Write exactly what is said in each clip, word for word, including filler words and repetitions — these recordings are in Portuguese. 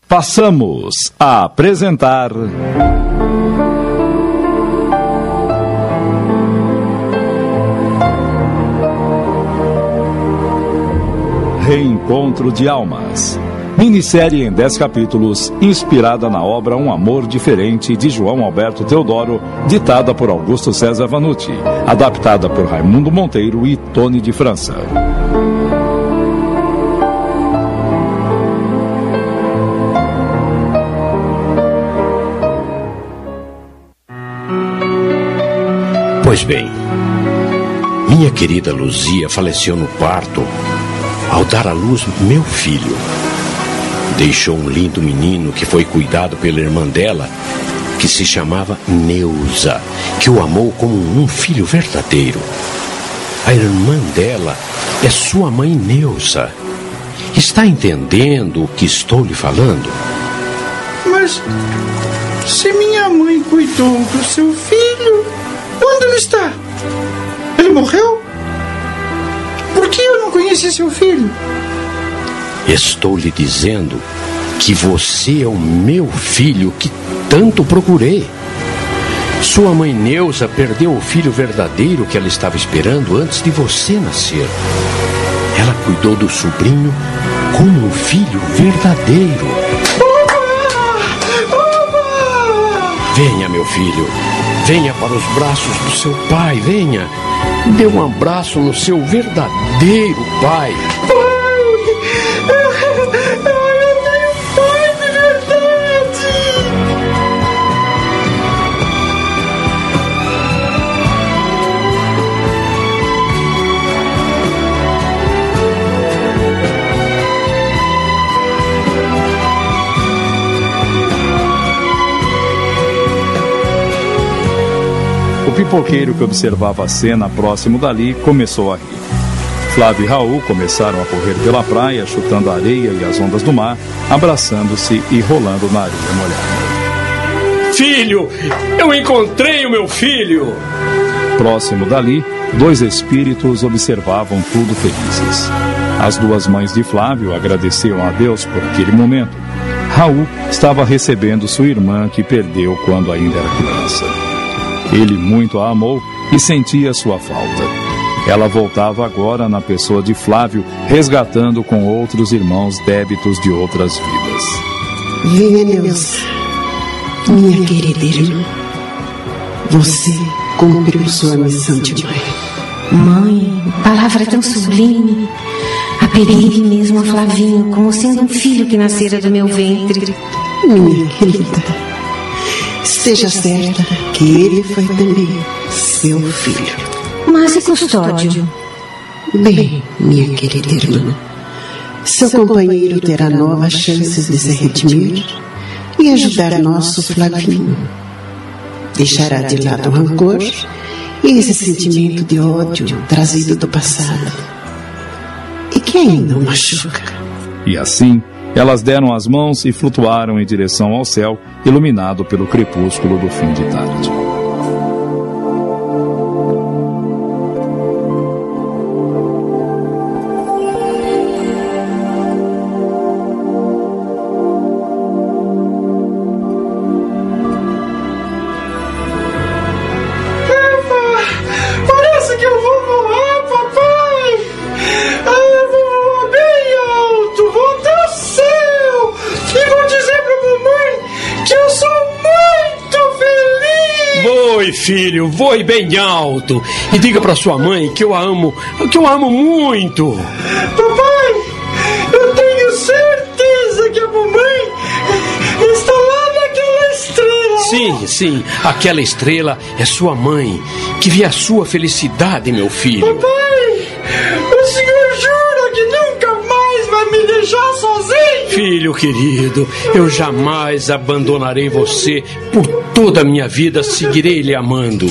Passamos a apresentar... Reencontro de Almas. Minissérie em dez capítulos, inspirada na obra Um Amor Diferente, de João Alberto Teodoro, ditada por Augusto César Vanucci, adaptada por Raimundo Monteiro e Tony de França. Pois bem, minha querida Luzia faleceu no parto ao dar à luz meu filho. Deixou um lindo menino que foi cuidado pela irmã dela, que se chamava Neuza, que o amou como um filho verdadeiro. A irmã dela é sua mãe Neuza. Está entendendo o que estou lhe falando? Mas se minha mãe cuidou do seu filho, onde ele está? Ele morreu? Por que eu não conheci seu filho? Estou lhe dizendo que você é o meu filho que tanto procurei. Sua mãe Neuza perdeu o filho verdadeiro que ela estava esperando antes de você nascer. Ela cuidou do sobrinho como um filho verdadeiro. Opa! Opa! Venha, meu filho. Venha para os braços do seu pai, venha. Dê um abraço no seu verdadeiro pai. Pai! Eu tenho pai de verdade! O pipoqueiro, que observava a cena próximo dali, começou a rir. Flávio e Raul começaram a correr pela praia, chutando a areia e as ondas do mar, abraçando-se e rolando na areia molhada. Filho! Eu encontrei o meu filho! Próximo dali, dois espíritos observavam tudo felizes. As duas mães de Flávio agradeciam a Deus por aquele momento. Raul estava recebendo sua irmã, que perdeu quando ainda era criança. Ele muito a amou e sentia sua falta. Ela voltava agora na pessoa de Flávio, resgatando com outros irmãos débitos de outras vidas. Venha, Neuza, minha querida irmã. Você cumpriu sua missão de mãe. Mãe, palavra tão sublime. Apelidei mesmo a Flavinho como sendo um filho que nascera do meu ventre. Minha querida, esteja certa que ele foi também seu filho. Mas e Custódio? Bem, minha querida irmã, seu companheiro terá novas chances de se redimir e ajudar nosso Flavinho. Deixará de lado o rancor e esse sentimento de ódio trazido do passado e que ainda o machuca. E assim, elas deram as mãos e flutuaram em direção ao céu, iluminado pelo crepúsculo do fim de tarde. Filho, voe bem alto e diga para sua mãe que eu a amo, que eu a amo muito. Papai, eu tenho certeza que a mamãe está lá naquela estrela. Sim, sim, aquela estrela é sua mãe, que vê a sua felicidade, meu filho. Papai, o senhor jura que nunca mais vai me deixar sozinho? Filho querido, eu jamais abandonarei você. Por toda a minha vida seguirei lhe amando.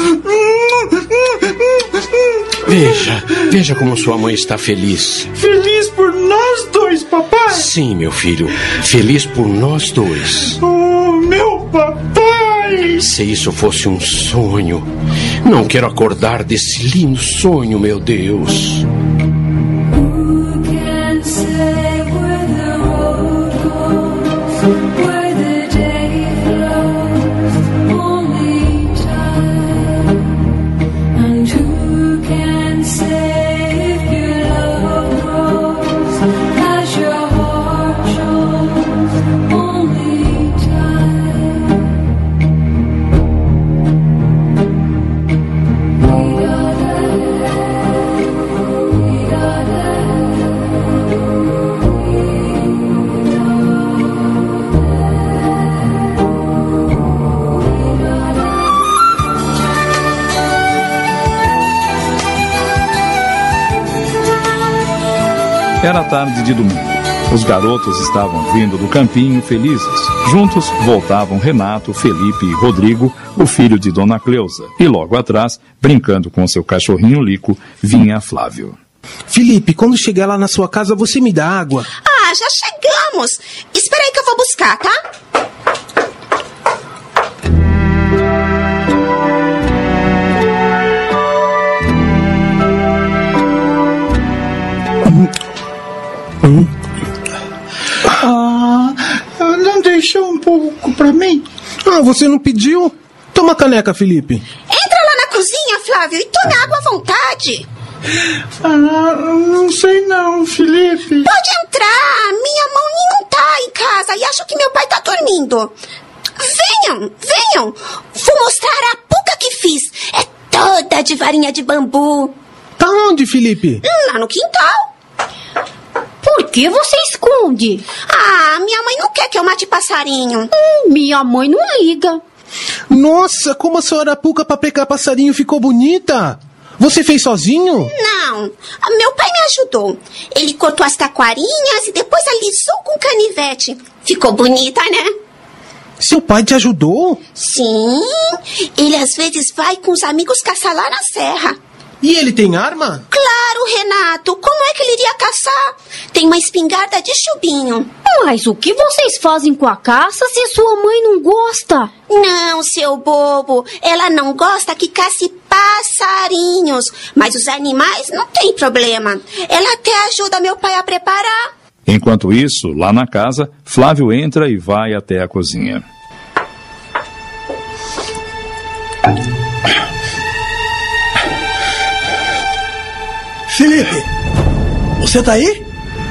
Veja, veja como sua mãe está feliz. Feliz por nós dois, papai? Sim, meu filho, feliz por nós dois. Oh, meu papai! Se isso fosse um sonho, não quero acordar desse lindo sonho, meu Deus. Era tarde de domingo. Os garotos estavam vindo do campinho felizes. Juntos voltavam Renato, Felipe e Rodrigo, o filho de Dona Cleusa. E logo atrás, brincando com seu cachorrinho Lico, vinha Flávio. Felipe, quando chegar lá na sua casa, você me dá água. Ah, já chegamos. Espera aí que eu vou buscar, tá? Hum. Ah, não deixou um pouco pra mim? Ah, você não pediu? Toma a caneca, Felipe. Entra lá na cozinha, Flávio, e tome água à vontade. Ah, não sei não, Felipe. Pode entrar. Minha mãe não tá em casa e acho que meu pai tá dormindo. Venham, venham. Vou mostrar a puca que fiz. É toda de varinha de bambu. Tá onde, Felipe? Lá no quintal. Por que você esconde? Ah, minha mãe não quer que eu mate passarinho. Hum, minha mãe não liga. Nossa, como a sua arapuca pra pegar passarinho ficou bonita. Você fez sozinho? Não, meu pai me ajudou. Ele cortou as taquarinhas e depois alisou com canivete. Ficou bonita, né? Seu pai te ajudou? Sim, ele às vezes vai com os amigos caçar lá na serra. E ele tem arma? Claro, Renato. Como é que ele iria caçar? Tem uma espingarda de chubinho. Mas o que vocês fazem com a caça se sua mãe não gosta? Não, seu bobo. Ela não gosta que cace passarinhos. Mas os animais não tem problema. Ela até ajuda meu pai a preparar. Enquanto isso, lá na casa, Flávio entra e vai até a cozinha. Felipe, você tá aí?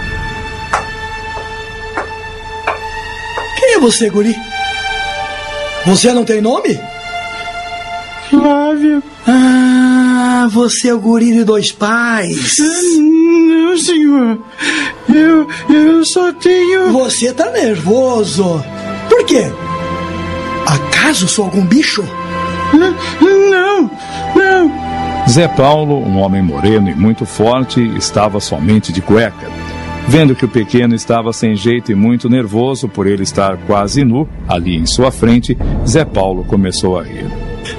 Quem é você, guri? Você não tem nome? Flávio. Ah, você é o guri de dois pais. Não, senhor. Eu, eu só tenho... Você tá nervoso. Por quê? Acaso sou algum bicho? Não, não. Zé Paulo, um homem moreno e muito forte, estava somente de cueca. Vendo que o pequeno estava sem jeito e muito nervoso por ele estar quase nu, ali em sua frente, Zé Paulo começou a rir.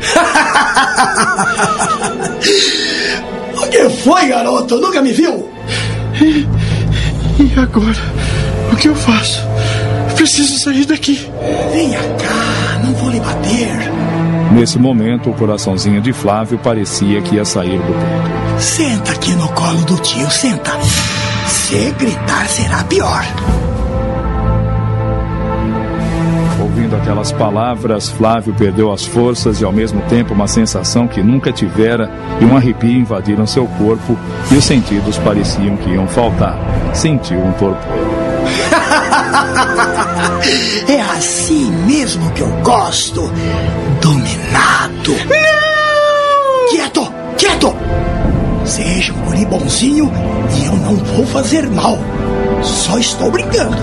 O que foi, garoto? Nunca me viu? E, e agora? O que eu faço? Preciso sair daqui. Venha cá, não vou lhe bater. Nesse momento, o coraçãozinho de Flávio parecia que ia sair do peito. Senta aqui no colo do tio, senta. Se gritar, será pior. Ouvindo aquelas palavras, Flávio perdeu as forças e ao mesmo tempo uma sensação que nunca tivera e um arrepio invadiram seu corpo e os sentidos pareciam que iam faltar. Sentiu um torpor. É assim mesmo que eu gosto. Dominado. Não! Quieto, quieto. Seja um guri bonzinho e eu não vou fazer mal. Só estou brincando.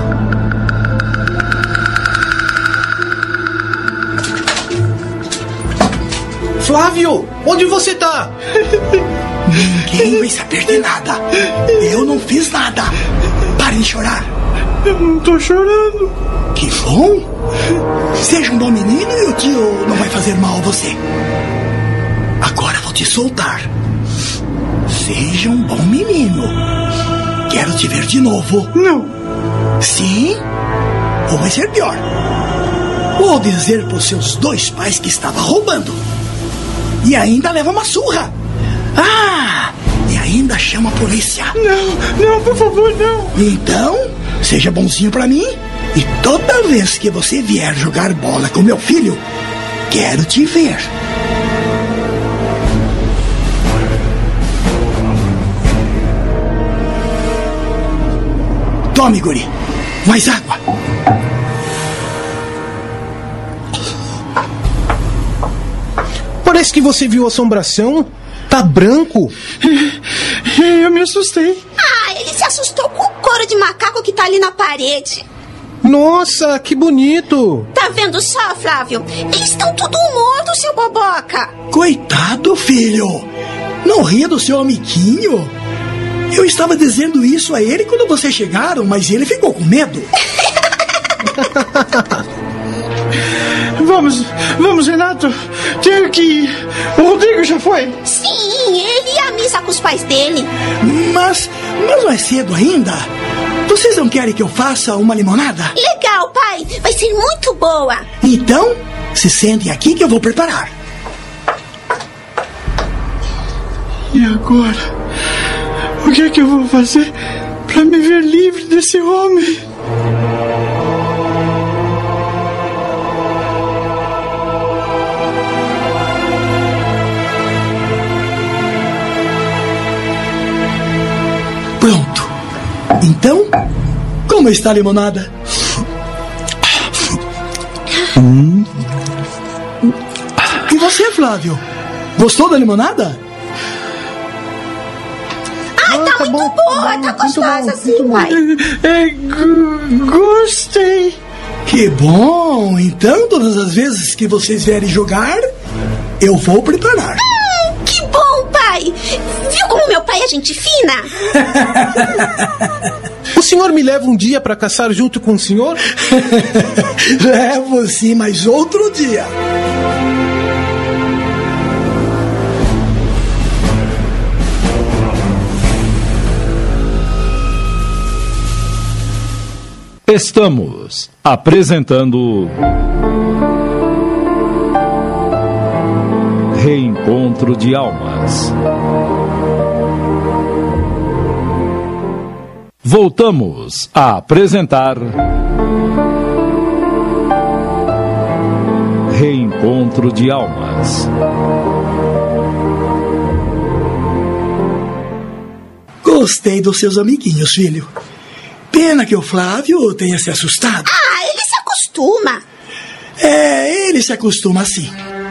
Flávio, onde você tá? Ninguém vai saber de nada. Eu não fiz nada. Pare de chorar. Eu não tô chorando. Que bom. Seja um bom menino e o tio não vai fazer mal a você. Agora vou te soltar. Seja um bom menino. Quero te ver de novo. Não. Sim? Ou vai ser pior. Vou dizer pros seus dois pais que estava roubando. E ainda leva uma surra. Ah! E ainda chama a polícia. Não, não, por favor, não. Então, seja bonzinho pra mim. E toda vez que você vier jogar bola com meu filho, quero te ver. Tome, guri. Mais água. Parece que você viu a assombração. Tá branco. Eu me assustei. Ah, ele se assustou com o couro de macaco que tá ali na parede. Nossa, que bonito. Tá vendo só, Flávio? Eles estão tudo mortos, seu boboca. Coitado, filho. Não ria do seu amiguinho. Eu estava dizendo isso a ele quando vocês chegaram, mas ele ficou com medo. Vamos, vamos, Renato. Tenho que ir. O Rodrigo já foi? Sim, ele ia à missa com os pais dele. Mas, mas não é cedo ainda. Vocês não querem que eu faça uma limonada? Legal, pai. Vai ser muito boa. Então, se sentem aqui que eu vou preparar. E agora? O que é que eu vou fazer para me ver livre desse homem? Pronto. Então, como está a limonada? Hum. E você, Flávio? Gostou da limonada? Ai, ah, tá, tá muito bom, boa, tá gostosa assim, pai. É, g- gostei. Que bom. Então, todas as vezes que vocês vierem jogar, eu vou preparar. Hum, que bom, pai. Viu como meu pai é gente fina? O senhor me leva um dia para caçar junto com o senhor? Levo sim, mas outro dia. Estamos apresentando Reencontro de Almas. Voltamos a apresentar Reencontro de Almas. Gostei dos seus amiguinhos, filho. Pena que o Flávio tenha se assustado. Ah, ele se acostuma. É, ele se acostuma assim.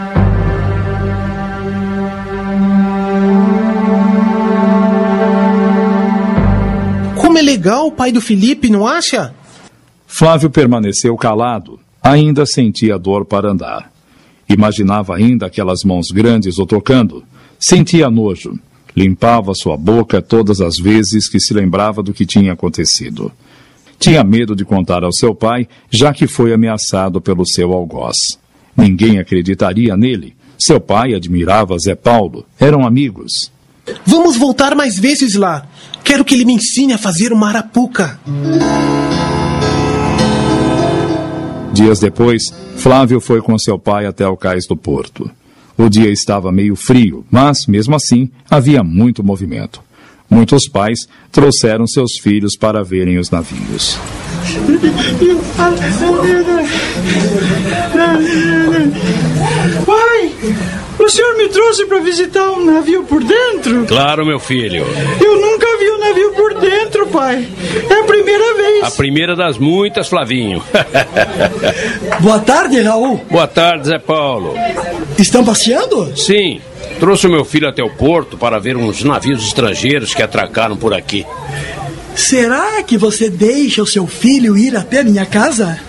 Como é legal o pai do Felipe, não acha? Flávio permaneceu calado. Ainda sentia dor para andar. Imaginava ainda aquelas mãos grandes o tocando. Sentia nojo. Limpava sua boca todas as vezes que se lembrava do que tinha acontecido. Tinha medo de contar ao seu pai, já que foi ameaçado pelo seu algoz. Ninguém acreditaria nele. Seu pai admirava Zé Paulo. Eram amigos. Vamos voltar mais vezes lá. Quero que ele me ensine a fazer uma arapuca. Dias depois, Flávio foi com seu pai até o cais do porto. O dia estava meio frio, mas, mesmo assim, havia muito movimento. Muitos pais trouxeram seus filhos para verem os navios. Pai, o senhor me trouxe para visitar um navio por dentro? Claro, meu filho. Eu nunca vi um navio por dentro, pai. É a primeira vez. A primeira das muitas, Flavinho. Boa tarde, Raul. Boa tarde, Zé Paulo. Estão passeando? Sim. Trouxe o meu filho até o porto para ver uns navios estrangeiros que atracaram por aqui. Será que você deixa o seu filho ir até minha casa?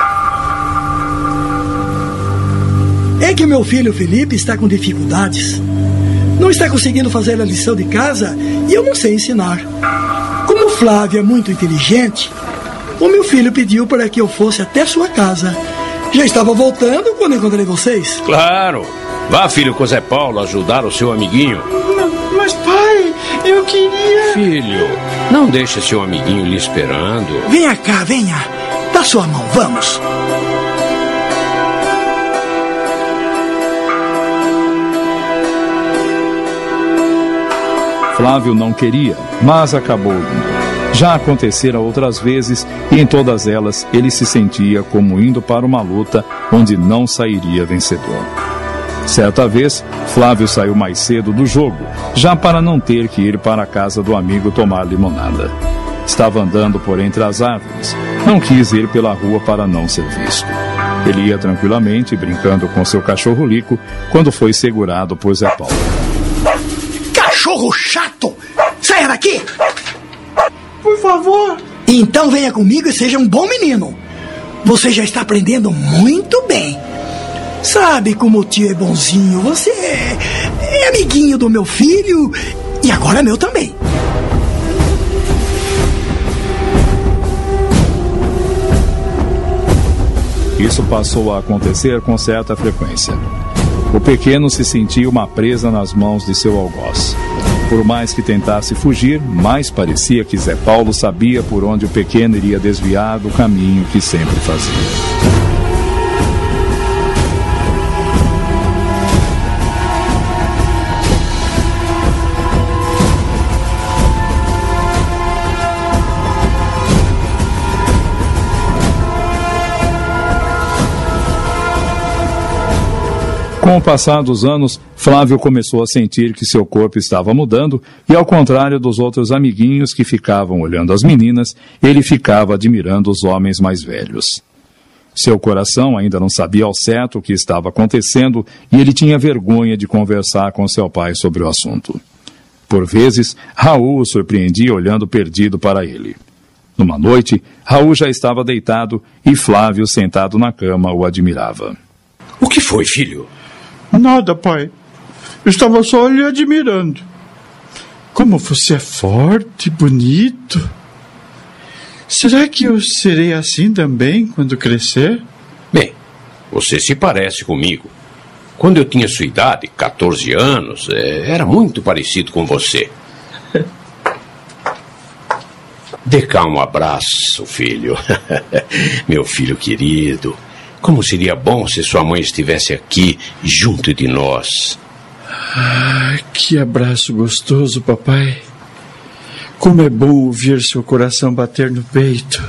É que meu filho Felipe está com dificuldades. Não está conseguindo fazer a lição de casa e eu não sei ensinar. Como o Flávio é muito inteligente, o meu filho pediu para que eu fosse até sua casa. Já estava voltando quando encontrei vocês. Claro. Vá, filho, com o Zé Paulo ajudar o seu amiguinho. Não, mas, pai, eu queria... Filho, não deixe seu amiguinho lhe esperando. Venha cá, venha. Dá sua mão, vamos. Flávio não queria, mas acabou indo. Já acontecera outras vezes e em todas elas ele se sentia como indo para uma luta onde não sairia vencedor. Certa vez, Flávio saiu mais cedo do jogo, já para não ter que ir para a casa do amigo tomar limonada. Estava andando por entre as árvores. Não quis ir pela rua para não ser visto. Ele ia tranquilamente, brincando com seu cachorro Lico, quando foi segurado por Zé Paulo. Cachorro chato! Saia daqui! Por favor! Então venha comigo e seja um bom menino. Você já está aprendendo muito bem. Sabe como o tio é bonzinho. Você é, é amiguinho do meu filho e agora meu também. isso passou a acontecer com certa frequência. O pequeno se sentia uma presa nas mãos de seu algoz. Por mais que tentasse fugir, mais parecia que Zé Paulo sabia por onde o pequeno iria desviar do caminho que sempre fazia. Com o passar dos anos, Flávio começou a sentir que seu corpo estava mudando e, ao contrário dos outros amiguinhos que ficavam olhando as meninas, ele ficava admirando os homens mais velhos. Seu coração ainda não sabia ao certo o que estava acontecendo e ele tinha vergonha de conversar com seu pai sobre o assunto. Por vezes, Raul o surpreendia olhando perdido para ele. Numa noite, Raul já estava deitado e Flávio, sentado na cama, o admirava. O que foi, filho? Nada, pai. Eu estava só lhe admirando. Como você é forte, bonito. Será que eu serei assim também quando crescer? Bem, você se parece comigo. Quando eu tinha sua idade, catorze anos, era muito parecido com você. Dê cá um abraço, filho. Meu filho querido. Como seria bom se sua mãe estivesse aqui, junto de nós. Ah, que abraço gostoso, papai. Como é bom ouvir seu coração bater no peito.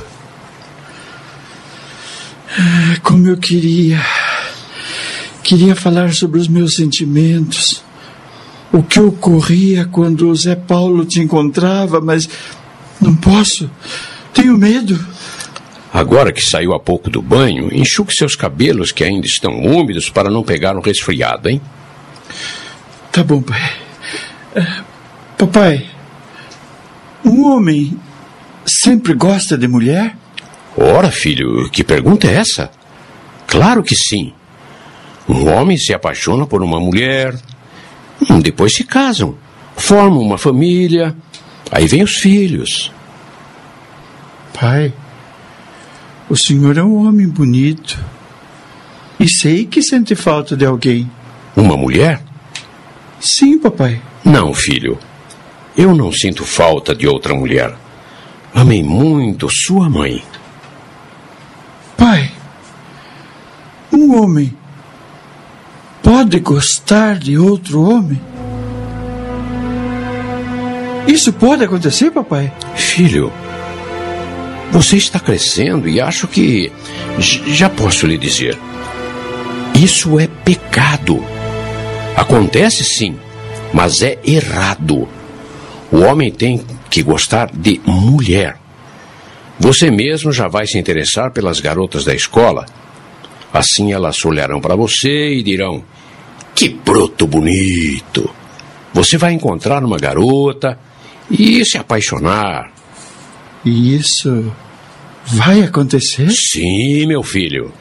Ah, como eu queria... Queria falar sobre os meus sentimentos. O que ocorria quando o Zé Paulo te encontrava, mas não posso. Tenho medo. Agora que saiu há pouco do banho, enxugue seus cabelos que ainda estão úmidos para não pegar um resfriado, hein? Tá bom, pai. Uh, papai, um homem sempre gosta de mulher? Ora, filho, que pergunta é essa? Claro que sim. Um homem se apaixona por uma mulher, depois se casam, formam uma família, aí vem os filhos. Pai... O senhor é um homem bonito. E sei que sente falta de alguém. Uma mulher? Sim, papai. Não, filho. Eu não sinto falta de outra mulher. Amei muito sua mãe. Pai, um homem pode gostar de outro homem? Isso pode acontecer, papai? Filho... Você está crescendo e acho que já posso lhe dizer. Isso é pecado. Acontece sim, mas é errado. O homem tem que gostar de mulher. Você mesmo já vai se interessar pelas garotas da escola. Assim elas olharão para você e dirão: que broto bonito. Você vai encontrar uma garota e se apaixonar. E isso vai acontecer? Sim, meu filho.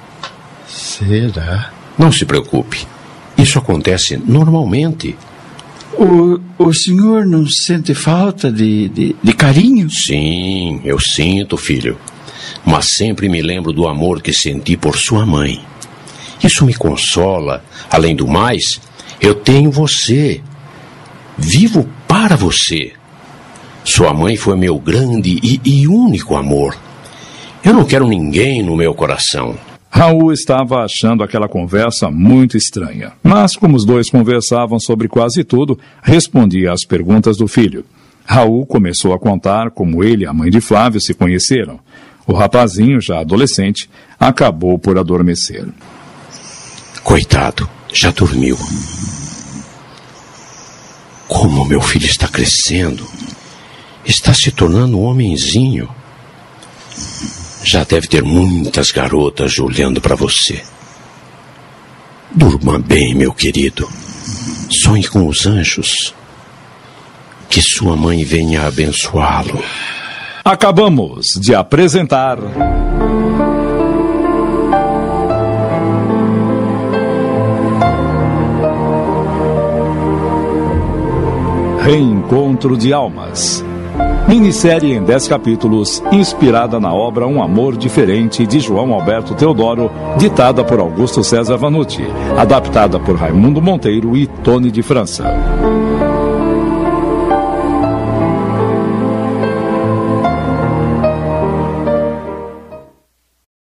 Será? Não se preocupe. Isso acontece normalmente. O, o senhor não sente falta de, de, de carinho? Sim, eu sinto, filho. Mas sempre me lembro do amor que senti por sua mãe. Isso me consola. Além do mais, eu tenho você. Vivo para você. Sua mãe foi meu grande e, e único amor. Eu não quero ninguém no meu coração. Raul estava achando aquela conversa muito estranha. Mas, como os dois conversavam sobre quase tudo, respondia às perguntas do filho. Raul começou a contar como ele e a mãe de Flávio se conheceram. O rapazinho, já adolescente, acabou por adormecer. Coitado, já dormiu. Como meu filho está crescendo. Está se tornando um homenzinho. Já deve ter muitas garotas olhando para você. Durma bem, meu querido. Sonhe com os anjos. Que sua mãe venha abençoá-lo. Acabamos de apresentar... Reencontro de Almas. Minissérie em dez capítulos, inspirada na obra Um Amor Diferente, de João Alberto Teodoro, ditada por Augusto César Vanucci, adaptada por Raimundo Monteiro e Tony de França.